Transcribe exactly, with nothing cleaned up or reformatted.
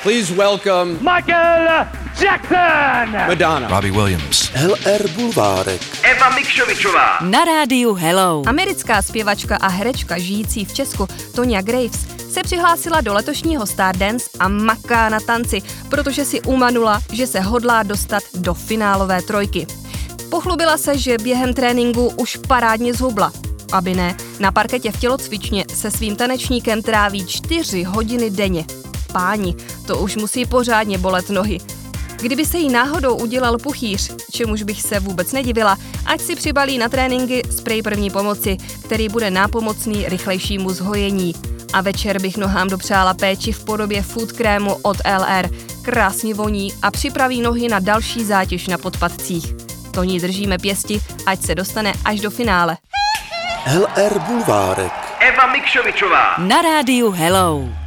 Please welcome Michael Jackson, Madonna, Robbie Williams, L R Bulvárek, Eva Mikšovičová. Na rádiu Hello. Americká zpěvačka a herečka žijící v Česku Tonya Graves se přihlásila do letošního Stardance a maká na tanci, protože si umanula, že se hodlá dostat do finálové trojky. Pochlubila se, že během tréninku už parádně zhubla. Aby ne, na parketě v tělocvičně se svým tanečníkem tráví čtyři hodiny denně. Páni, to už musí pořádně bolet nohy. Kdyby se jí náhodou udělal puchýř, čemuž bych se vůbec nedivila, ať si přibalí na tréninky sprej první pomoci, který bude nápomocný rychlejšímu zhojení. A večer bych nohám dopřála péči v podobě food krému od L R. Krásně voní a připraví nohy na další zátěž na podpatcích. To ní držíme pěsti, ať se dostane až do finále. L R Bulvárek, Eva Mikšovičová. Na rádiu Hello.